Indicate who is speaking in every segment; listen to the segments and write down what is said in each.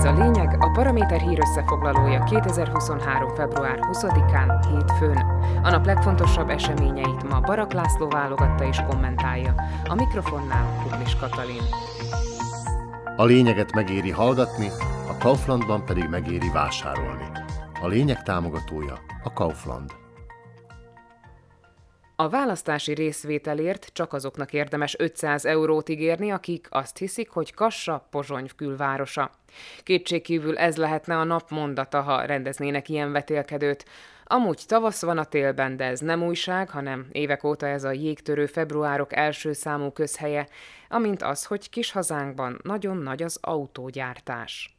Speaker 1: Ez a lényeg, a Paraméter hír összefoglalója 2023. február 20-án, hétfőn. A nap legfontosabb eseményeit ma Barak László válogatta és kommentálja. A mikrofonnál Kuklis Katalin.
Speaker 2: A lényeget megéri hallgatni, a Kauflandban pedig megéri vásárolni. A lényeg támogatója a Kaufland.
Speaker 1: A választási részvételért csak azoknak érdemes 500 eurót ígérni, akik azt hiszik, hogy Kassa Pozsony külvárosa. Kétségkívül ez lehetne a nap mondata, ha rendeznének ilyen vetélkedőt. Amúgy tavasz van a télben, de ez nem újság, hanem évek óta ez a jégtörő februárok első számú közhelye, amint az, hogy kis hazánkban nagyon nagy az autógyártás.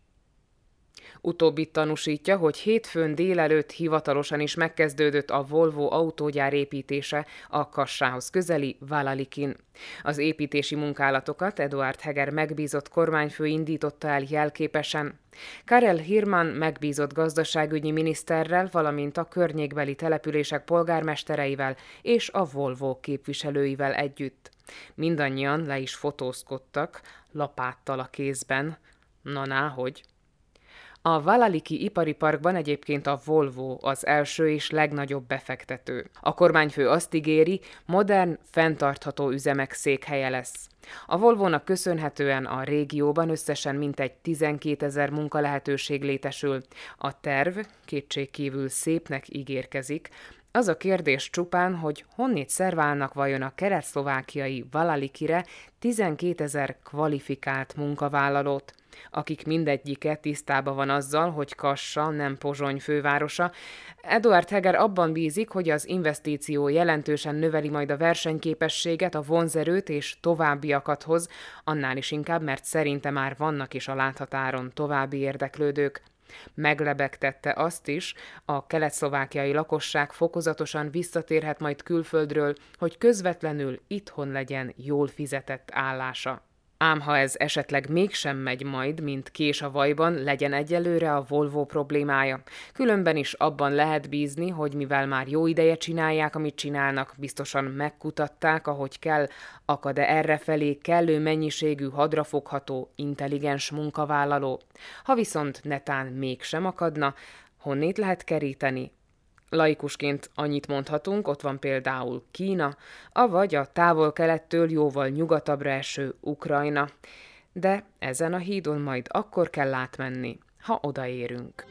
Speaker 1: Utóbbit tanúsítja, hogy hétfőn délelőtt hivatalosan is megkezdődött a Volvo autógyár építése a Kassához közeli Valalikin. Az építési munkálatokat Eduard Heger megbízott kormányfő indította el jelképesen. Karel Hirman megbízott gazdaságügyi miniszterrel, valamint a környékbeli települések polgármestereivel és a Volvo képviselőivel együtt. Mindannyian le is fotózkodtak, lapáttal a kézben. Na náhogy. A Valaliki ipari parkban egyébként a Volvo az első és legnagyobb befektető. A kormányfő azt ígéri, modern, fenntartható üzemek székhelye lesz. A Volvónak köszönhetően a régióban összesen mintegy 12 000 munkalehetőség létesül. A terv kétségkívül szépnek ígérkezik. Az a kérdés csupán, hogy honnét szerválnak vajon a kelet-szlovákiai Valalikire 12 000 kvalifikált munkavállalót, akik mindegyike tisztában van azzal, hogy Kassa nem Pozsony fővárosa. Eduard Heger abban bízik, hogy az investíció jelentősen növeli majd a versenyképességet, a vonzerőt és továbbiakat hoz, annál is inkább, mert szerinte már vannak is a láthatáron további érdeklődők. Meglebegtette azt is, a kelet-szlovákiai lakosság fokozatosan visszatérhet majd külföldről, hogy közvetlenül itthon legyen jól fizetett állása. Ám ha ez esetleg mégsem megy majd, mint kés a vajban, legyen egyelőre a Volvo problémája. Különben is abban lehet bízni, hogy mivel már jó ideje csinálják, amit csinálnak, biztosan megkutatták, ahogy kell, akad-e errefelé kellő mennyiségű hadrafogható, intelligens munkavállaló. Ha viszont netán mégsem akadna, honnét lehet keríteni? Laikusként annyit mondhatunk, ott van például Kína, avagy a távol-kelettől jóval nyugatabbra eső Ukrajna. De ezen a hídon majd akkor kell átmenni, ha odaérünk.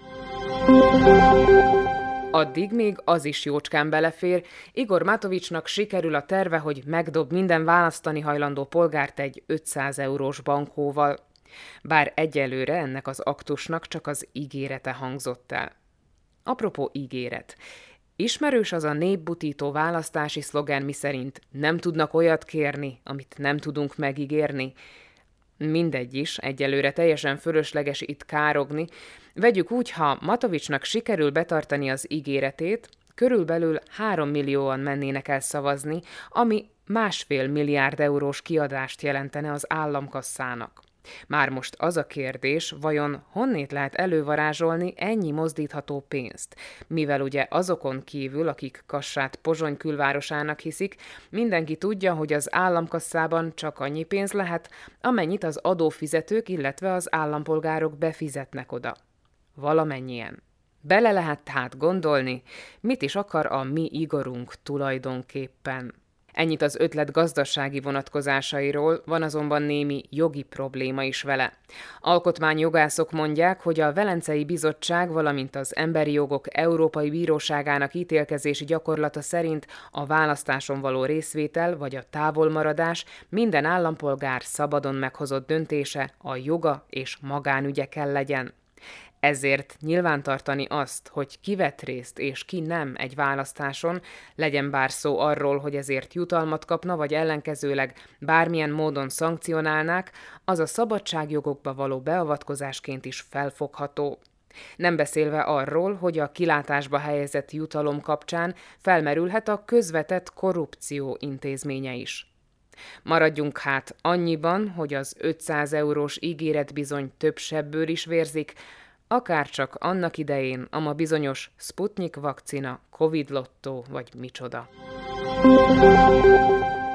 Speaker 1: Addig még az is jócskán belefér, Igor Matovicsnak sikerül a terve, hogy megdob minden választani hajlandó polgárt egy 500 eurós bankóval. Bár egyelőre ennek az aktusnak csak az ígérete hangzott el. Apropó ígéret. Ismerős az a népbutító választási szlogen, miszerint nem tudnak olyat kérni, amit nem tudunk megígérni. Mindegy is, egyelőre teljesen fölösleges itt károgni. Vegyük úgy, ha Matovicsnak sikerül betartani az ígéretét, körülbelül 3 millióan mennének el szavazni, ami 1,5 milliárd eurós kiadást jelentene az államkasszának. Már most az a kérdés, vajon honnét lehet elővarázsolni ennyi mozdítható pénzt, mivel ugye azokon kívül, akik Kassát Pozsony külvárosának hiszik, mindenki tudja, hogy az államkasszában csak annyi pénz lehet, amennyit az adófizetők, illetve az állampolgárok befizetnek oda. Valamennyien. Bele lehet tehát gondolni, mit is akar a mi Igorunk tulajdonképpen. Ennyit az ötlet gazdasági vonatkozásairól, van azonban némi jogi probléma is vele. Alkotmányjogászok mondják, hogy a Velencei Bizottság, valamint az Emberi Jogok Európai Bíróságának ítélkezési gyakorlata szerint a választáson való részvétel vagy a távolmaradás minden állampolgár szabadon meghozott döntése, a joga és magánügye kell legyen. Ezért nyilvántartani azt, hogy ki vett részt és ki nem egy választáson, legyen bár szó arról, hogy ezért jutalmat kapna, vagy ellenkezőleg bármilyen módon szankcionálnák, az a szabadságjogokba való beavatkozásként is felfogható. Nem beszélve arról, hogy a kilátásba helyezett jutalom kapcsán felmerülhet a közvetett korrupció intézménye is. Maradjunk hát annyiban, hogy az 500 eurós ígéret bizony több sebből is vérzik, akárcsak annak idején a bizonyos Sputnik vakcina, Covid lottó vagy micsoda.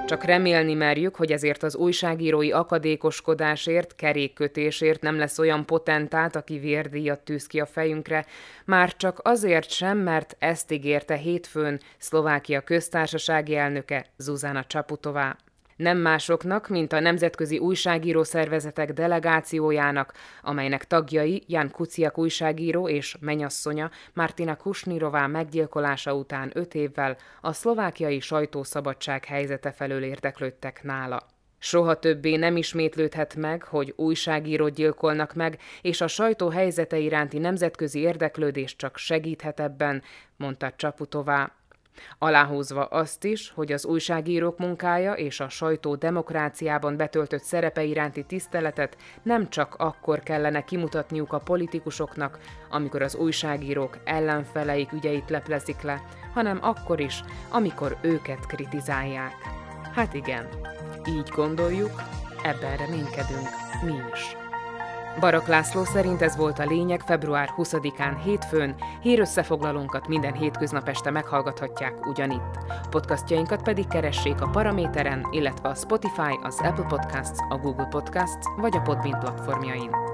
Speaker 1: Csak remélni merjük, hogy ezért az újságírói akadékoskodásért, kerékkötésért nem lesz olyan potentát, aki vérdíjat tűz ki a fejünkre, már csak azért sem, mert ezt ígérte hétfőn Szlovákia köztársasági elnöke Zuzana Čaputová. Nem másoknak, mint a Nemzetközi Újságíró Szervezetek delegációjának, amelynek tagjai Jan Kuciak újságíró és menyasszonya Martina Kusnirová meggyilkolása után 5 évvel a szlovákiai sajtószabadság helyzete felől érdeklődtek nála. Soha többé nem ismétlődhet meg, hogy újságírót gyilkolnak meg, és a sajtó helyzete iránti nemzetközi érdeklődés csak segíthet ebben, mondta Čaputová. Aláhúzva azt is, hogy az újságírók munkája és a sajtó demokráciában betöltött szerepe iránti tiszteletet nem csak akkor kellene kimutatniuk a politikusoknak, amikor az újságírók ellenfeleik ügyeit leplezik le, hanem akkor is, amikor őket kritizálják. Hát igen, így gondoljuk, ebben reménykedünk mi is. Barak László szerint ez volt a lényeg február 20-án hétfőn, hírösszefoglalónkat minden hétköznap este meghallgathatják ugyanitt. Podcastjainkat pedig keressék a Paraméteren, illetve a Spotify, az Apple Podcasts, a Google Podcasts vagy a Podbean platformjain.